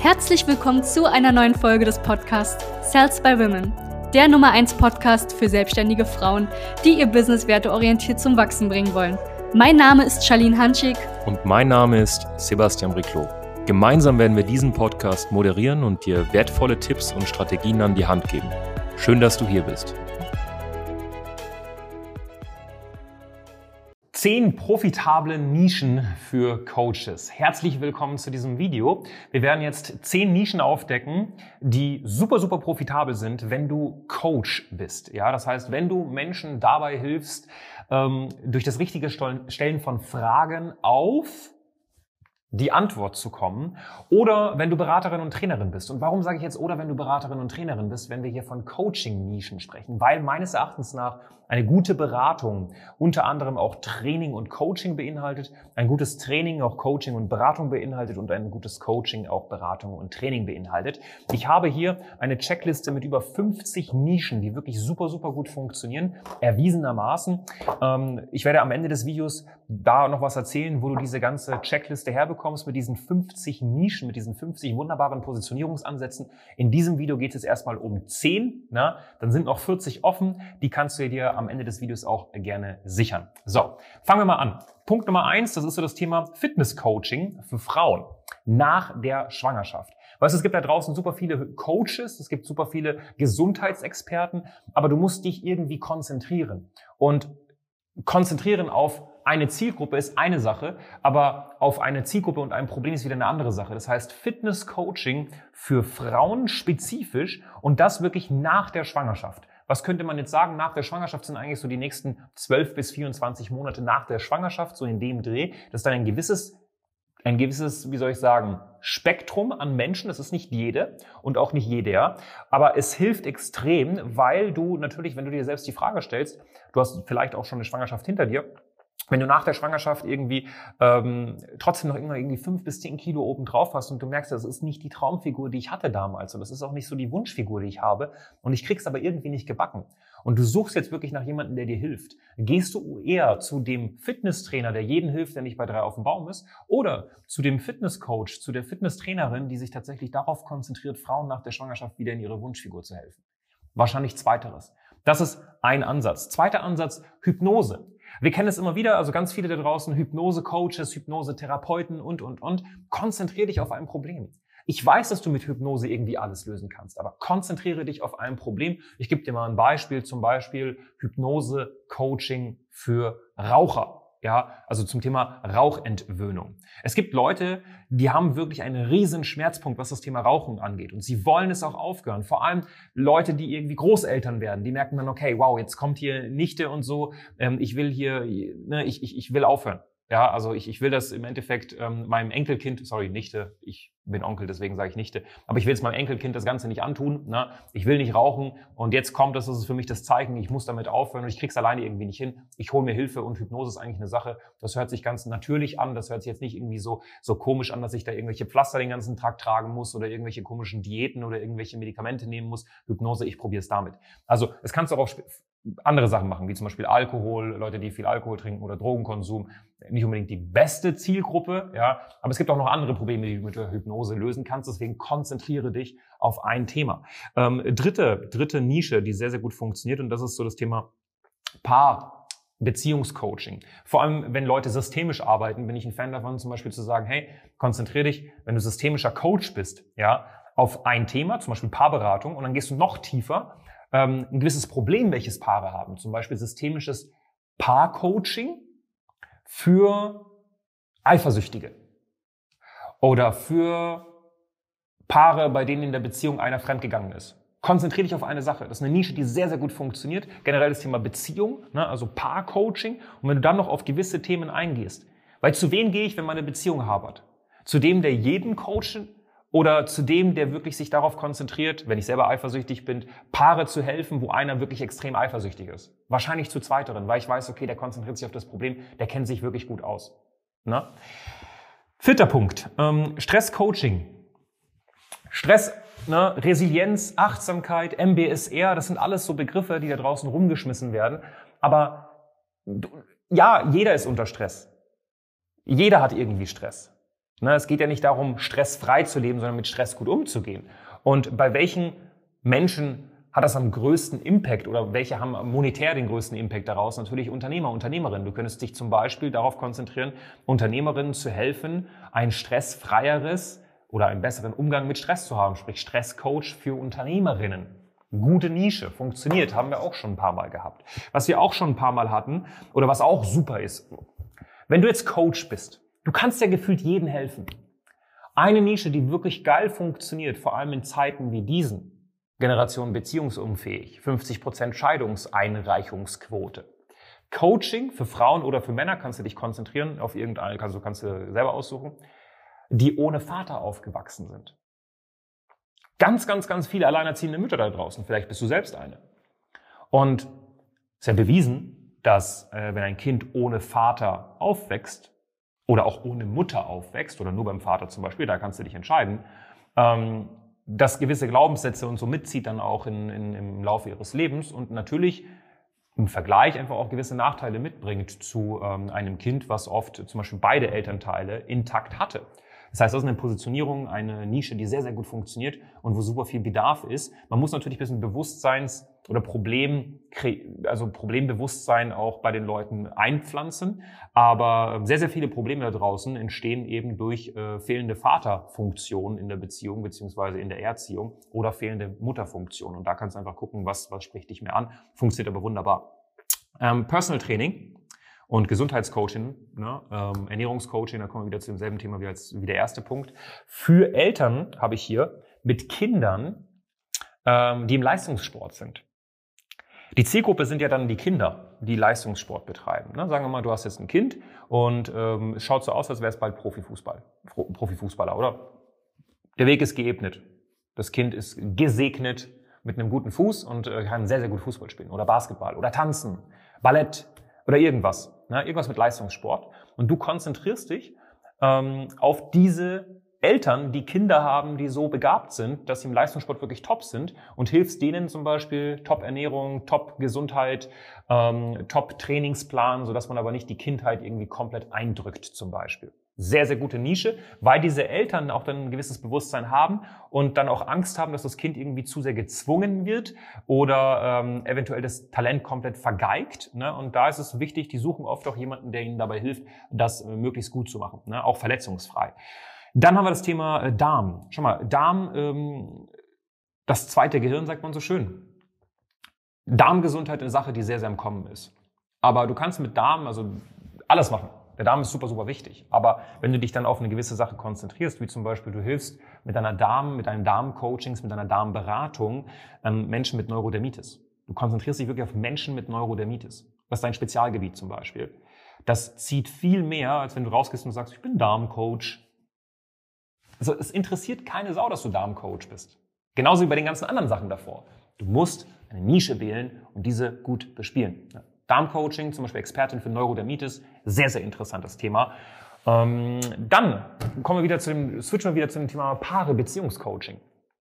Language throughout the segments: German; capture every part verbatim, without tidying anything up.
Herzlich willkommen zu einer neuen Folge des Podcasts Sales by Women, der Nummer eins Podcast für selbstständige Frauen, die ihr Business werteorientiert zum Wachsen bringen wollen. Mein Name ist Charlene Hanschig. Und mein Name ist Sebastian Riclo. Gemeinsam werden wir diesen Podcast moderieren und dir wertvolle Tipps und Strategien an die Hand geben. Schön, dass du hier bist. Zehn profitable Nischen für Coaches. Herzlich willkommen zu diesem Video. Wir werden jetzt zehn Nischen aufdecken, die super, super profitabel sind, wenn du Coach bist. Ja, das heißt, wenn du Menschen dabei hilfst, ähm, durch das richtige Stellen von Fragen auf die Antwort zu kommen, oder wenn du Beraterin und Trainerin bist. Und warum sage ich jetzt oder wenn du Beraterin und Trainerin bist, wenn wir hier von Coaching-Nischen sprechen? Weil meines Erachtens nach eine gute Beratung unter anderem auch Training und Coaching beinhaltet, ein gutes Training auch Coaching und Beratung beinhaltet und ein gutes Coaching auch Beratung und Training beinhaltet. Ich habe hier eine Checkliste mit über fünfzig Nischen, die wirklich super, super gut funktionieren, erwiesenermaßen. Ich werde am Ende des Videos da noch was erzählen, wo du diese ganze Checkliste herbekommst mit diesen fünfzig Nischen, mit diesen fünfzig wunderbaren Positionierungsansätzen. In diesem Video geht es erstmal um zehn, na? Dann sind noch vierzig offen, die kannst du dir am Ende des Videos auch gerne sichern. So, fangen wir mal an. Punkt Nummer eins, das ist so das Thema Fitness-Coaching für Frauen nach der Schwangerschaft. Weißt du, es gibt da draußen super viele Coaches, es gibt super viele Gesundheitsexperten, aber du musst dich irgendwie konzentrieren. Und konzentrieren auf eine Zielgruppe ist eine Sache, aber auf eine Zielgruppe und ein Problem ist wieder eine andere Sache. Das heißt Fitness-Coaching für Frauen spezifisch und das wirklich nach der Schwangerschaft. Was könnte man jetzt sagen? Nach der Schwangerschaft sind eigentlich so die nächsten zwölf bis vierundzwanzig Monate nach der Schwangerschaft, so in dem Dreh. Das ist dann ein gewisses, ein gewisses, wie soll ich sagen, Spektrum an Menschen. Das ist nicht jede und auch nicht jeder. Aber es hilft extrem, weil du natürlich, wenn du dir selbst die Frage stellst, du hast vielleicht auch schon eine Schwangerschaft hinter dir, wenn du nach der Schwangerschaft irgendwie ähm, trotzdem noch immer irgendwie fünf bis zehn Kilo oben drauf hast und du merkst, das ist nicht die Traumfigur, die ich hatte damals und das ist auch nicht so die Wunschfigur, die ich habe und ich krieg's aber irgendwie nicht gebacken und du suchst jetzt wirklich nach jemandem, der dir hilft, gehst du eher zu dem Fitnesstrainer, der jedem hilft, der nicht bei drei auf dem Baum ist, oder zu dem Fitnesscoach, zu der Fitnesstrainerin, die sich tatsächlich darauf konzentriert, Frauen nach der Schwangerschaft wieder in ihre Wunschfigur zu helfen? Wahrscheinlich zweiteres. Das ist ein Ansatz. Zweiter Ansatz, Hypnose. Wir kennen es immer wieder, also ganz viele da draußen, Hypnose-Coaches, Hypnose-Therapeuten und, und, und. Konzentriere dich auf ein Problem. Ich weiß, dass du mit Hypnose irgendwie alles lösen kannst, aber konzentriere dich auf ein Problem. Ich gebe dir mal ein Beispiel, zum Beispiel Hypnose-Coaching für Raucher. Ja, also zum Thema Rauchentwöhnung. Es gibt Leute, die haben wirklich einen riesen Schmerzpunkt, was das Thema Rauchen angeht. Und sie wollen es auch aufhören. Vor allem Leute, die irgendwie Großeltern werden, die merken dann, okay, wow, jetzt kommt hier Nichte und so, ähm, ich will hier, ne, ich, ich, ich will aufhören. Ja, also ich, ich will das im Endeffekt ähm, meinem Enkelkind, sorry, Nichte, ich bin Onkel, deswegen sage ich Nichte, aber ich will jetzt meinem Enkelkind das Ganze nicht antun, ne? Ich will nicht rauchen und jetzt kommt das, das ist für mich das Zeichen, ich muss damit aufhören und ich krieg's alleine irgendwie nicht hin. Ich hole mir Hilfe und Hypnose ist eigentlich eine Sache, das hört sich ganz natürlich an, das hört sich jetzt nicht irgendwie so so komisch an, dass ich da irgendwelche Pflaster den ganzen Tag tragen muss oder irgendwelche komischen Diäten oder irgendwelche Medikamente nehmen muss. Hypnose, ich probiere es damit. Also es kannst du auch auf andere Sachen machen, wie zum Beispiel Alkohol, Leute, die viel Alkohol trinken oder Drogenkonsum, nicht unbedingt die beste Zielgruppe, ja, aber es gibt auch noch andere Probleme, die du mit der Hypnose lösen kannst, deswegen konzentriere dich auf ein Thema. Ähm, dritte, dritte Nische, die sehr, sehr gut funktioniert und das ist so das Thema Paar- Beziehungscoaching. Vor allem, wenn Leute systemisch arbeiten, bin ich ein Fan davon, zum Beispiel zu sagen, hey, konzentriere dich, wenn du systemischer Coach bist, ja, auf ein Thema, zum Beispiel Paarberatung, und dann gehst du noch tiefer, ähm, ein gewisses Problem, welches Paare haben, zum Beispiel systemisches Paarcoaching für Eifersüchtige oder für Paare, bei denen in der Beziehung einer fremdgegangen ist. Konzentriere dich auf eine Sache. Das ist eine Nische, die sehr, sehr gut funktioniert. Generell das Thema Beziehung, ne, also Paarcoaching. Und wenn du dann noch auf gewisse Themen eingehst. Weil zu wem gehe ich, wenn meine Beziehung hapert? Zu dem, der jeden coacht oder zu dem, der wirklich sich darauf konzentriert, wenn ich selber eifersüchtig bin, Paare zu helfen, wo einer wirklich extrem eifersüchtig ist? Wahrscheinlich zu zweiteren, weil ich weiß, okay, der konzentriert sich auf das Problem, der kennt sich wirklich gut aus. Ne? Vierter Punkt, ähm, Stresscoaching. Stress, ne, Resilienz, Achtsamkeit, M B S R, das sind alles so Begriffe, die da draußen rumgeschmissen werden. Aber ja, jeder ist unter Stress. Jeder hat irgendwie Stress. Na, es geht ja nicht darum, stressfrei zu leben, sondern mit Stress gut umzugehen. Und bei welchen Menschen hat das am größten Impact oder welche haben monetär den größten Impact daraus? Natürlich Unternehmer, Unternehmerinnen. Du könntest dich zum Beispiel darauf konzentrieren, Unternehmerinnen zu helfen, ein stressfreieres oder einen besseren Umgang mit Stress zu haben, sprich Stresscoach für Unternehmerinnen. Gute Nische, funktioniert, haben wir auch schon ein paar Mal gehabt. Was wir auch schon ein paar Mal hatten oder was auch super ist, wenn du jetzt Coach bist, du kannst ja gefühlt jedem helfen. Eine Nische, die wirklich geil funktioniert, vor allem in Zeiten wie diesen, Generation beziehungsunfähig, fünfzig Prozent Scheidungseinreichungsquote. Coaching für Frauen oder für Männer kannst du dich konzentrieren auf irgendeine, also kannst du selber aussuchen, die ohne Vater aufgewachsen sind. Ganz, ganz, ganz viele alleinerziehende Mütter da draußen. Vielleicht bist du selbst eine. Und es ist ja bewiesen, dass äh, wenn ein Kind ohne Vater aufwächst oder auch ohne Mutter aufwächst oder nur beim Vater zum Beispiel, da kannst du dich entscheiden, ähm, dass gewisse Glaubenssätze und so mitzieht dann auch in, in, im Laufe ihres Lebens und natürlich im Vergleich einfach auch gewisse Nachteile mitbringt zu ähm, einem Kind, was oft zum Beispiel beide Elternteile intakt hatte. Das heißt, das ist eine Positionierung, eine Nische, die sehr, sehr gut funktioniert und wo super viel Bedarf ist. Man muss natürlich ein bisschen Bewusstseins- oder Problem, also Problembewusstsein auch bei den Leuten einpflanzen. Aber sehr, sehr viele Probleme da draußen entstehen eben durch äh, fehlende Vaterfunktion in der Beziehung beziehungsweise in der Erziehung oder fehlende Mutterfunktion. Und da kannst du einfach gucken, was, was spricht dich mehr an. Funktioniert aber wunderbar. Ähm, Personal Training und Gesundheitscoaching, ne, ähm, Ernährungscoaching, da kommen wir wieder zu demselben Thema wie, als, wie der erste Punkt. Für Eltern habe ich hier mit Kindern, ähm, die im Leistungssport sind. Die Zielgruppe sind ja dann die Kinder, die Leistungssport betreiben. Ne? Sagen wir mal, du hast jetzt ein Kind und ähm, es schaut so aus, als wäre es bald Profifußball, Profifußballer, oder? Der Weg ist geebnet. Das Kind ist gesegnet mit einem guten Fuß und äh, kann sehr, sehr gut Fußball spielen oder Basketball oder tanzen, Ballett oder irgendwas. Ne? Irgendwas mit Leistungssport. Und du konzentrierst dich ähm, auf diese Eltern, die Kinder haben, die so begabt sind, dass sie im Leistungssport wirklich top sind und hilfst denen zum Beispiel Top-Ernährung, Top-Gesundheit, ähm, Top-Trainingsplan, sodass man aber nicht die Kindheit irgendwie komplett eindrückt zum Beispiel. Sehr, sehr gute Nische, weil diese Eltern auch dann ein gewisses Bewusstsein haben und dann auch Angst haben, dass das Kind irgendwie zu sehr gezwungen wird oder ähm, eventuell das Talent komplett vergeigt. Ne? Und da ist es wichtig, die suchen oft auch jemanden, der ihnen dabei hilft, das äh, möglichst gut zu machen, ne? Auch verletzungsfrei. Dann haben wir das Thema äh, Darm. Schau mal, Darm, ähm, das zweite Gehirn, sagt man so schön. Darmgesundheit ist eine Sache, die sehr, sehr im Kommen ist. Aber du kannst mit Darm also alles machen. Der Darm ist super, super wichtig. Aber wenn du dich dann auf eine gewisse Sache konzentrierst, wie zum Beispiel du hilfst mit deiner Darm, mit deinen Darmcoachings, mit deiner Darmberatung ähm, Menschen mit Neurodermitis. Du konzentrierst dich wirklich auf Menschen mit Neurodermitis. Das ist dein Spezialgebiet zum Beispiel. Das zieht viel mehr, als wenn du rausgehst und sagst, ich bin Darmcoach. Also es interessiert keine Sau, dass du Darmcoach bist. Genauso wie bei den ganzen anderen Sachen davor. Du musst eine Nische wählen und diese gut bespielen. Darmcoaching, zum Beispiel Expertin für Neurodermitis, sehr, sehr interessantes Thema. Ähm, dann kommen wir wieder zu dem, switchen wir wieder zu dem Thema Paare, Beziehungscoaching.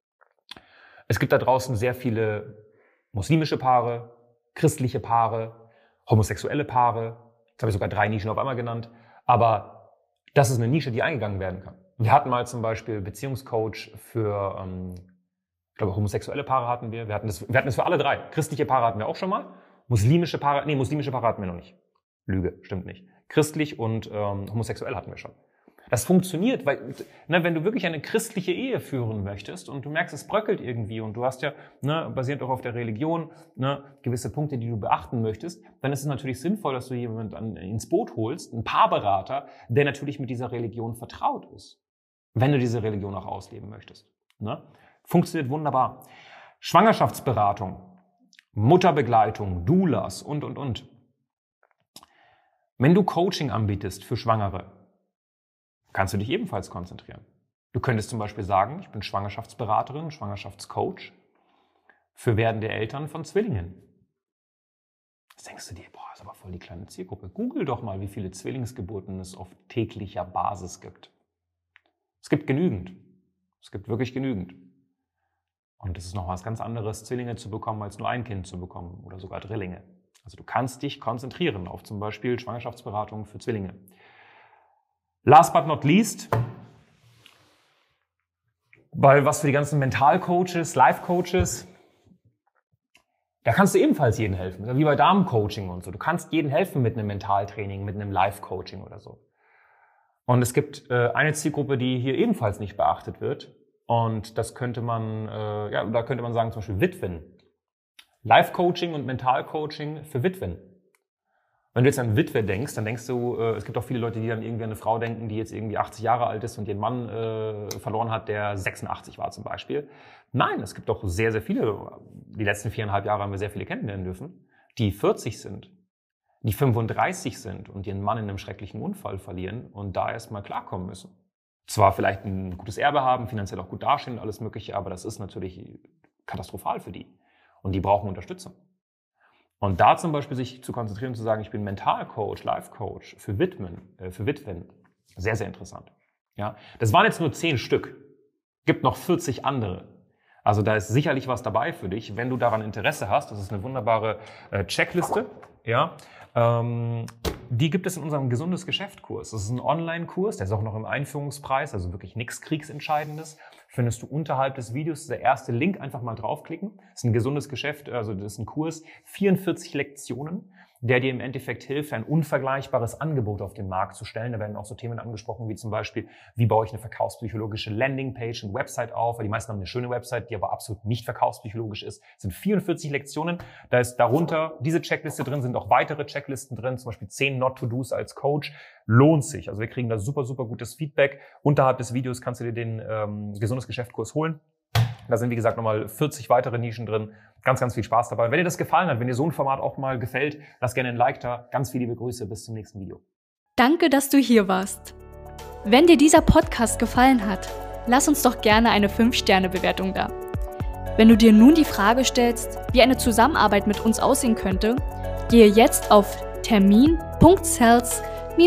Es gibt da draußen sehr viele muslimische Paare, christliche Paare, homosexuelle Paare. Jetzt habe ich sogar drei Nischen auf einmal genannt. Aber das ist eine Nische, die eingegangen werden kann. Wir hatten mal zum Beispiel Beziehungscoach für, ähm, ich glaube, homosexuelle Paare hatten wir. Wir hatten das, wir hatten das für alle drei. Christliche Paare hatten wir auch schon mal. Muslimische Paare, nee, muslimische Paare hatten wir noch nicht. Lüge, stimmt nicht. Christlich und ähm, homosexuell hatten wir schon. Das funktioniert, weil, ne, wenn du wirklich eine christliche Ehe führen möchtest und du merkst, es bröckelt irgendwie und du hast ja, ne, basierend auch auf der Religion, ne, gewisse Punkte, die du beachten möchtest, dann ist es natürlich sinnvoll, dass du jemanden an, ins Boot holst, einen Paarberater, der natürlich mit dieser Religion vertraut ist, wenn du diese Religion auch ausleben möchtest. Ne? Funktioniert wunderbar. Schwangerschaftsberatung. Mutterbegleitung, Doulas und, und, und. Wenn du Coaching anbietest für Schwangere, kannst du dich ebenfalls konzentrieren. Du könntest zum Beispiel sagen, ich bin Schwangerschaftsberaterin, Schwangerschaftscoach für werdende Eltern von Zwillingen. Jetzt denkst du dir, boah, ist aber voll die kleine Zielgruppe. Google doch mal, wie viele Zwillingsgeburten es auf täglicher Basis gibt. Es gibt genügend. Es gibt wirklich genügend. Und es ist noch was ganz anderes, Zwillinge zu bekommen, als nur ein Kind zu bekommen oder sogar Drillinge. Also du kannst dich konzentrieren auf zum Beispiel Schwangerschaftsberatung für Zwillinge. Last but not least, Weil was für die ganzen Mentalcoaches, Life-Coaches, da kannst du ebenfalls jedem helfen. Wie bei Damencoaching und so. Du kannst jedem helfen mit einem Mentaltraining, mit einem Life-Coaching oder so. Und es gibt äh, eine Zielgruppe, die hier ebenfalls nicht beachtet wird. Und das könnte man, äh, ja, da könnte man sagen, zum Beispiel Witwen. Life-Coaching und Mental-Coaching für Witwen. Wenn du jetzt an Witwe denkst, dann denkst du, äh, es gibt auch viele Leute, die dann irgendwie an eine Frau denken, die jetzt irgendwie achtzig Jahre alt ist und ihren Mann äh, verloren hat, der sechsundachtzig war zum Beispiel. Nein, es gibt doch sehr, sehr viele, die letzten viereinhalb Jahre haben wir sehr viele kennenlernen dürfen, die vierzig sind, die fünfunddreißig sind und ihren Mann in einem schrecklichen Unfall verlieren und da erstmal klarkommen müssen. Zwar vielleicht ein gutes Erbe haben, finanziell auch gut dastehen und alles Mögliche, aber das ist natürlich katastrophal für die. Und die brauchen Unterstützung. Und da zum Beispiel sich zu konzentrieren und zu sagen, ich bin Mentalcoach, Life-Coach für Witwen, äh, für Witwen, sehr, sehr interessant. Ja, das waren jetzt nur zehn Stück. Gibt noch vierzig andere. Also da ist sicherlich was dabei für dich, wenn du daran Interesse hast. Das ist eine wunderbare äh, Checkliste. Ja, ähm, die gibt es in unserem Gesundes Geschäft-Kurs. Das ist ein Online-Kurs, der ist auch noch im Einführungspreis, also wirklich nichts Kriegsentscheidendes. Findest du unterhalb des Videos, das ist der erste Link, einfach mal draufklicken. Das ist ein gesundes Geschäft, also das ist ein Kurs, vierundvierzig Lektionen, der dir im Endeffekt hilft, ein unvergleichbares Angebot auf den Markt zu stellen. Da werden auch so Themen angesprochen, wie zum Beispiel, wie baue ich eine verkaufspsychologische Landingpage und Website auf, weil die meisten haben eine schöne Website, die aber absolut nicht verkaufspsychologisch ist. Das sind vierundvierzig Lektionen, da ist darunter diese Checkliste drin, sind auch weitere Checklisten drin, zum Beispiel zehn Not-to-Dos als Coach. Lohnt sich. Also wir kriegen da super, super gutes Feedback. Unterhalb des Videos kannst du dir den ähm, Gesundes Geschäft-Kurs holen. Da sind, wie gesagt, nochmal vierzig weitere Nischen drin. Ganz, ganz viel Spaß dabei. Wenn dir das gefallen hat, wenn dir so ein Format auch mal gefällt, lass gerne ein Like da. Ganz viele liebe Grüße. Bis zum nächsten Video. Danke, dass du hier warst. Wenn dir dieser Podcast gefallen hat, lass uns doch gerne eine fünf Sterne Bewertung da. Wenn du dir nun die Frage stellst, wie eine Zusammenarbeit mit uns aussehen könnte, gehe jetzt auf termin punkt sales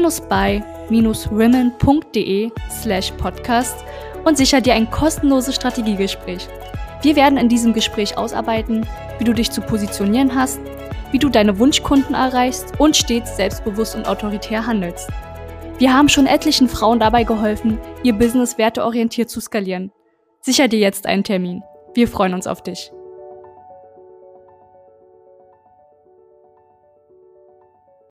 by women punkt de slash podcast und sicher dir ein kostenloses Strategiegespräch. Wir werden in diesem Gespräch ausarbeiten, wie du dich zu positionieren hast, wie du deine Wunschkunden erreichst und stets selbstbewusst und autoritär handelst. Wir haben schon etlichen Frauen dabei geholfen, ihr Business werteorientiert zu skalieren. Sicher dir jetzt einen Termin. Wir freuen uns auf dich.